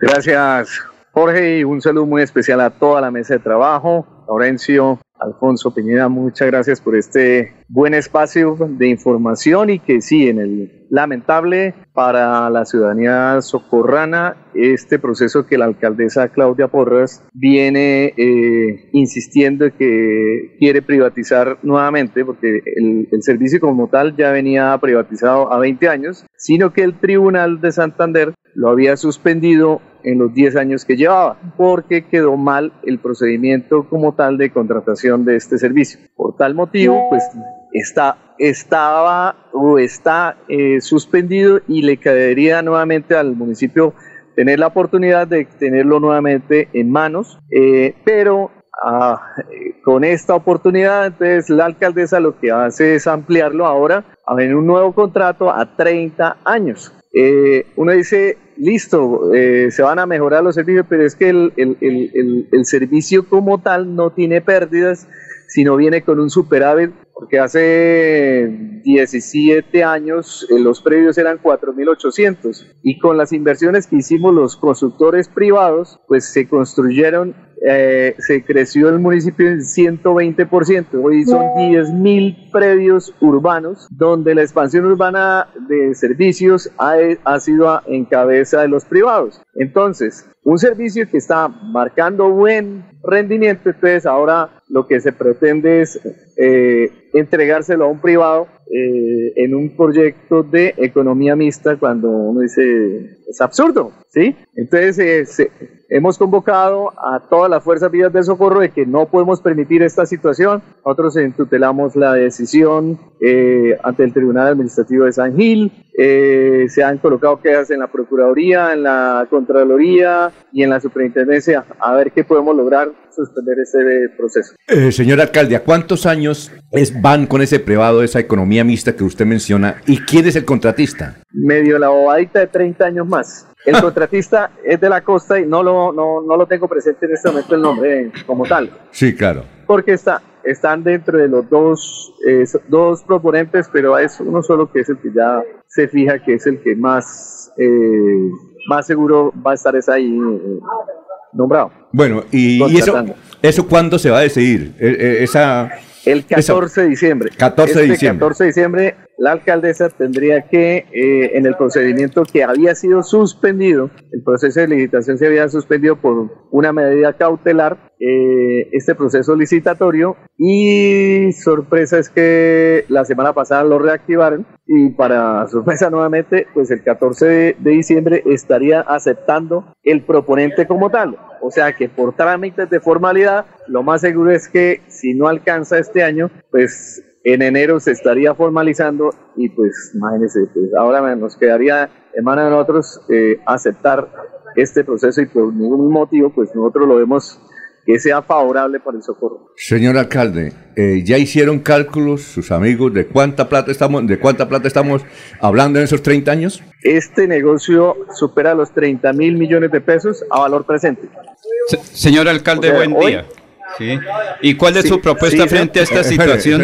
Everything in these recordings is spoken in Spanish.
Gracias, Jorge, y un saludo muy especial a toda la mesa de trabajo. Laurencio, Alfonso, Peñeda, muchas gracias por este buen espacio de información y que sí, en el lamentable para la ciudadanía socorrana, este proceso que la alcaldesa Claudia Porras viene insistiendo que quiere privatizar nuevamente, porque el servicio como tal ya venía privatizado a 20 años, sino que el Tribunal de Santander lo había suspendido en los 10 años que llevaba, porque quedó mal el procedimiento como tal de contratación de este servicio. Por tal motivo, pues está suspendido y le quedaría nuevamente al municipio tener la oportunidad de tenerlo nuevamente en manos, pero con esta oportunidad, entonces la alcaldesa lo que hace es ampliarlo ahora en un nuevo contrato a 30 años. Uno dice, listo, se van a mejorar los servicios, pero es que el servicio como tal no tiene pérdidas, sino viene con un superávit, porque hace 17 años los predios eran 4.800 y con las inversiones que hicimos los constructores privados, pues se construyeron, se creció el municipio en 120%. Hoy son 10.000 predios urbanos, donde la expansión urbana de servicios ha sido en cabeza de los privados. Entonces, un servicio que está marcando buen rendimiento, entonces ahora lo que se pretende es entregárselo a un privado en un proyecto de economía mixta, cuando uno dice, es absurdo, ¿sí? Entonces hemos convocado a todas las fuerzas vivas de socorro de que no podemos permitir esta situación. Nosotros tutelamos la decisión ante el Tribunal Administrativo de San Gil. Se han colocado quejas en la Procuraduría, en la Contraloría y en la Superintendencia, a ver qué podemos lograr suspender ese proceso. Señor alcalde, ¿a cuántos años van con ese privado, esa economía mixta que usted menciona? ¿Y quién es el contratista? Medio la bobadita de 30 años más. El contratista es de la costa y no lo tengo presente en este momento el nombre como tal. Sí, claro. Porque están dentro de los dos proponentes, pero es uno solo que es el que ya se fija que es el que más seguro va a estar ahí nombrado. Bueno, y eso ¿cuándo se va a decidir? El 14 de diciembre. 14 de diciembre. 14 de diciembre, la alcaldesa tendría que, en el procedimiento que había sido suspendido, el proceso de licitación se había suspendido por una medida cautelar, este proceso licitatorio, y sorpresa es que la semana pasada lo reactivaron, y para sorpresa nuevamente, pues el 14 de diciembre estaría aceptando el proponente como tal. O sea que por trámites de formalidad, lo más seguro es que si no alcanza este año, pues en enero se estaría formalizando y pues imagínense, pues ahora nos quedaría en manos de nosotros aceptar este proceso y por ningún motivo pues nosotros lo vemos que sea favorable para el socorro. Señor alcalde, ¿ya hicieron cálculos sus amigos de cuánta plata estamos hablando en esos 30 años? Este negocio supera los 30.000 millones de pesos a valor presente. Señor alcalde, o sea, buen día. ¿Sí? ¿Y cuál es su propuesta frente a esta situación?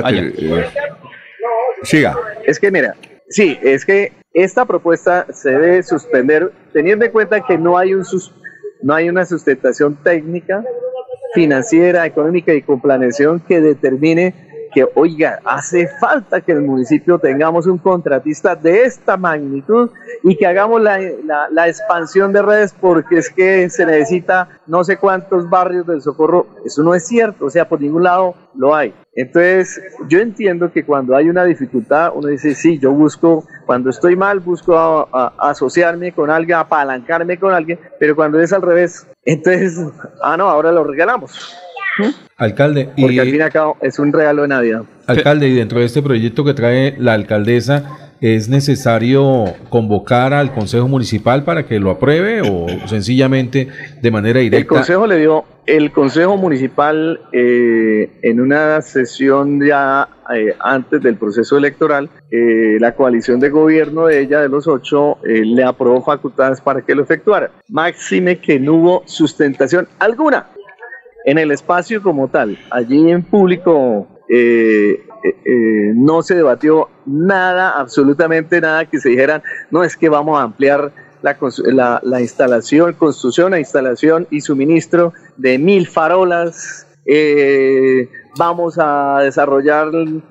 Siga. Es que esta propuesta se debe suspender teniendo en cuenta que no hay una sustentación técnica, financiera, económica y con planeación que determine que, oiga, hace falta que el municipio tengamos un contratista de esta magnitud y que hagamos la expansión de redes porque es que se necesita no sé cuántos barrios del Socorro. Eso no es cierto, o sea, por ningún lado lo hay. Entonces, yo entiendo que cuando hay una dificultad, uno dice, sí, yo busco, cuando estoy mal, busco asociarme con alguien, apalancarme con alguien, pero cuando es al revés, entonces, no, ahora lo regalamos. Alcalde, porque al fin y al cabo es un regalo de Navidad. Alcalde, y dentro de este proyecto que trae la alcaldesa, ¿es necesario convocar al Consejo Municipal para que lo apruebe o sencillamente de manera directa? El Consejo Municipal en una sesión ya antes del proceso electoral, la coalición de gobierno de ella, de los 8, le aprobó facultades para que lo efectuara. Máxime que no hubo sustentación alguna en el espacio como tal. Allí en público no se debatió nada, absolutamente nada que se dijeran, no es que vamos a ampliar la instalación, construcción, instalación y suministro de 1.000 farolas. Vamos a desarrollar,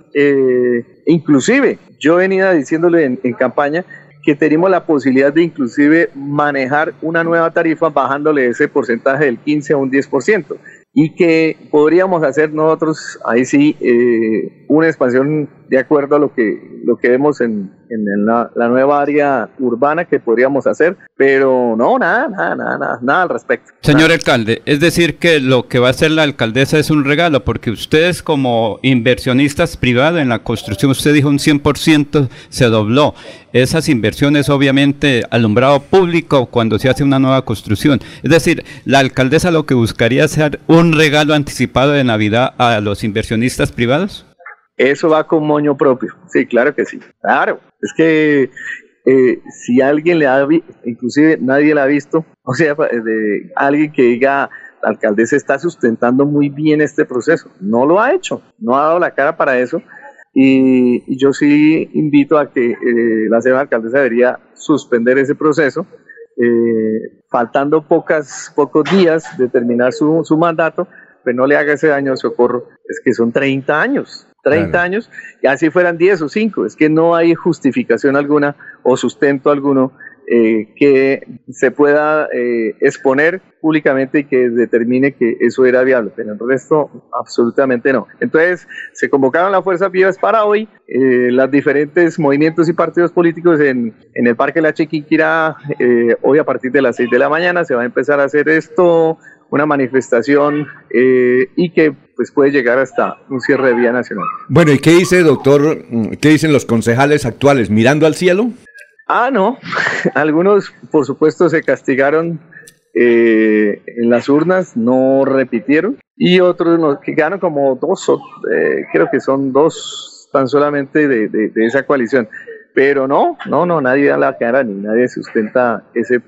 inclusive, yo venía diciéndole en campaña que tenemos la posibilidad de inclusive manejar una nueva tarifa bajándole ese porcentaje del 15 a un 10%, y que podríamos hacer nosotros, ahí sí, una expansión de acuerdo a lo que vemos en la nueva área urbana que podríamos hacer, pero no, nada al respecto. Señor alcalde, es decir que lo que va a hacer la alcaldesa es un regalo, porque ustedes como inversionistas privados en la construcción, usted dijo un 100% se dobló. Esas inversiones obviamente alumbrado público cuando se hace una nueva construcción. Es decir, la alcaldesa lo que buscaría es hacer un regalo anticipado de Navidad a los inversionistas privados. Eso va con moño propio, sí, claro que sí, claro, es que si alguien le ha visto, inclusive nadie la ha visto, o sea, de alguien que diga, la alcaldesa está sustentando muy bien este proceso, no lo ha hecho, no ha dado la cara para eso, y yo sí invito a que la señora alcaldesa debería suspender ese proceso, faltando pocos días de terminar su mandato, pues no le haga ese daño al Socorro, es que son 30 años, claro. Años, y así fueran 10 o 5, es que no hay justificación alguna o sustento alguno que se pueda exponer públicamente y que determine que eso era viable, pero el resto absolutamente no. Entonces se convocaron las fuerzas vivas para hoy, los diferentes movimientos y partidos políticos en el Parque La Chiquinquirá, hoy a partir de las 6 de la mañana se va a empezar a hacer esto, una manifestación y que pues puede llegar hasta un cierre de vía nacional. Bueno, ¿y qué dice, doctor? ¿Qué dicen los concejales actuales? ¿Mirando al cielo? No. Algunos, por supuesto, se castigaron en las urnas, no repitieron. Y otros que quedaron como dos, creo que son dos tan solamente de esa coalición. Pero no, nadie da la cara ni nadie sustenta ese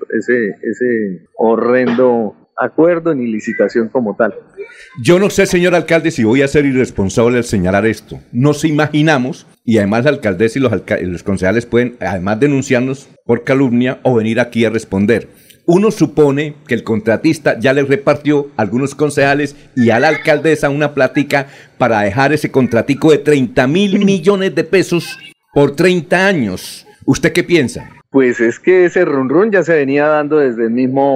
horrendo acuerdo ni licitación como tal. Yo no sé, señor alcalde, si voy a ser irresponsable al señalar esto. Nos imaginamos, y además la alcaldesa y los concejales pueden además denunciarnos por calumnia o venir aquí a responder. Uno supone que el contratista ya le repartió a algunos concejales y a la alcaldesa una plática para dejar ese contratico de 30.000 millones de pesos por 30 años. ¿Usted qué piensa? Pues es que ese run ya se venía dando desde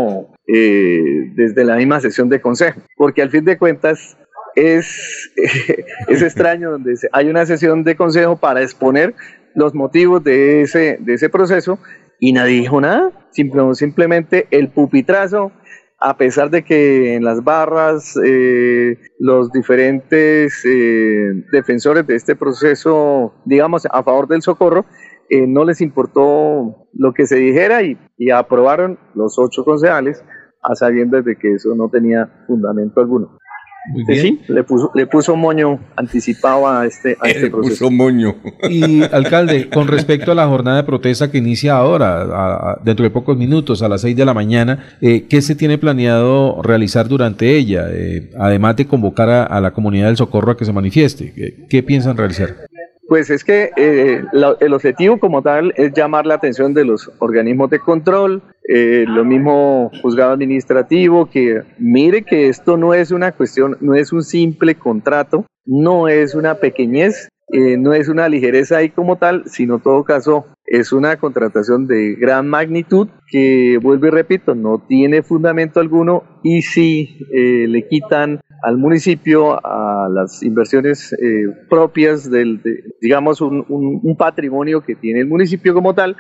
desde la misma sesión de consejo, porque al fin de cuentas es extraño donde hay una sesión de consejo para exponer los motivos de ese proceso y nadie dijo nada, simplemente el pupitrazo, a pesar de que en las barras los diferentes defensores de este proceso, digamos, a favor del Socorro, no les importó lo que se dijera y aprobaron los 8 concejales a sabiendas de que eso no tenía fundamento alguno. Muy bien. Sí, le puso moño anticipado a este proceso. Puso moño. Y, alcalde, con respecto a la jornada de protesta que inicia ahora, dentro de pocos minutos, a las 6 de la mañana, ¿qué se tiene planeado realizar durante ella? Además de convocar a la comunidad del Socorro a que se manifieste, ¿qué piensan realizar? Pues es que el objetivo como tal es llamar la atención de los organismos de control, lo mismo juzgado administrativo, que mire que esto no es una cuestión, no es un simple contrato, no es una pequeñez, no es una ligereza ahí como tal, sino en todo caso es una contratación de gran magnitud que, vuelvo y repito, no tiene fundamento alguno y si le quitan al municipio a las inversiones propias digamos un patrimonio que tiene el municipio como tal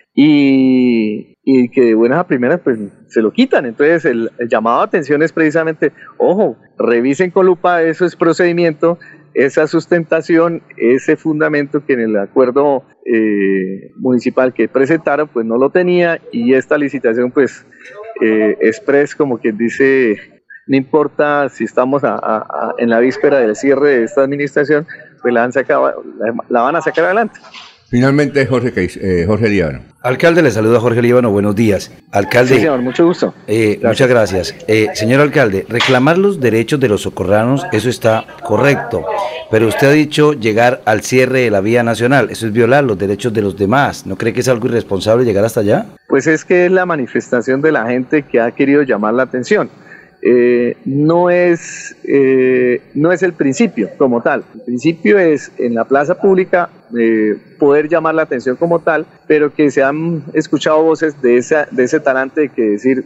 y que de buenas a primeras pues se lo quitan. Entonces el llamado a atención es precisamente, ojo, revisen con lupa ese procedimiento, esa sustentación, ese fundamento que en el acuerdo municipal que presentaron pues no lo tenía y esta licitación pues express como quien dice, no importa si estamos en la víspera del cierre de esta administración, pues la van a sacar adelante. Finalmente, Jorge Líbano. Alcalde, le saluda Jorge Líbano, buenos días. Alcalde. Sí, señor, mucho gusto. Muchas gracias. Señor alcalde, reclamar los derechos de los socorranos, eso está correcto, pero usted ha dicho llegar al cierre de la vía nacional, eso es violar los derechos de los demás. ¿No cree que es algo irresponsable llegar hasta allá? Pues es que es la manifestación de la gente que ha querido llamar la atención. No es el principio como tal. El principio es en la plaza pública poder llamar la atención como tal, pero que se han escuchado voces de ese talante de que decir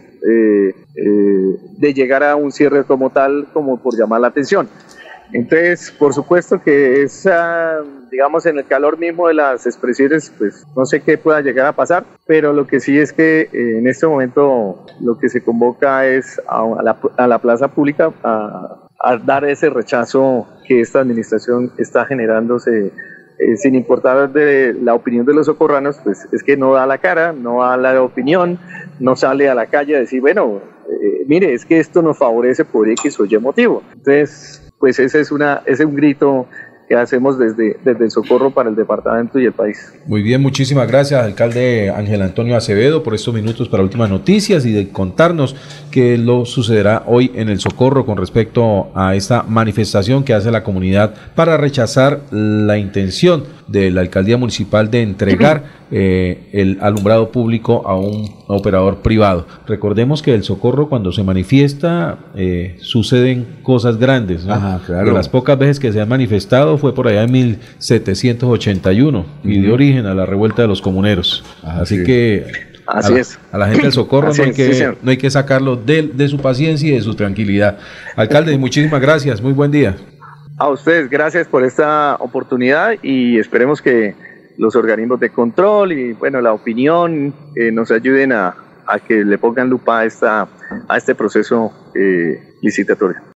de llegar a un cierre como tal, como por llamar la atención. Entonces, por supuesto que digamos, en el calor mismo de las expresiones, pues no sé qué pueda llegar a pasar, pero lo que sí es que en este momento lo que se convoca es a la plaza pública a dar ese rechazo que esta administración está generándose, sin importar de la opinión de los socorranos, pues es que no da la cara, no da la opinión, no sale a la calle a decir, bueno, mire, es que esto nos favorece por X o Y motivo. Entonces, pues ese es un grito que hacemos desde el Socorro para el departamento y el país. Muy bien, muchísimas gracias, alcalde Ángel Antonio Acevedo, por estos minutos para Últimas Noticias y de contarnos qué lo sucederá hoy en el Socorro con respecto a esta manifestación que hace la comunidad para rechazar la intención de la alcaldía municipal de entregar el alumbrado público a un operador privado. Recordemos que el Socorro, cuando se manifiesta, suceden cosas grandes, ¿no? Ajá, claro. De las pocas veces que se han manifestado fue por allá en 1781 y dio origen a la revuelta de los comuneros. Así sí. Que a la gente del Socorro no hay que sacarlo de su paciencia y de su tranquilidad. Alcalde, muchísimas gracias, muy buen día. A ustedes, gracias por esta oportunidad y esperemos que los organismos de control y bueno, la opinión nos ayuden a que le pongan lupa a este proceso licitatorio.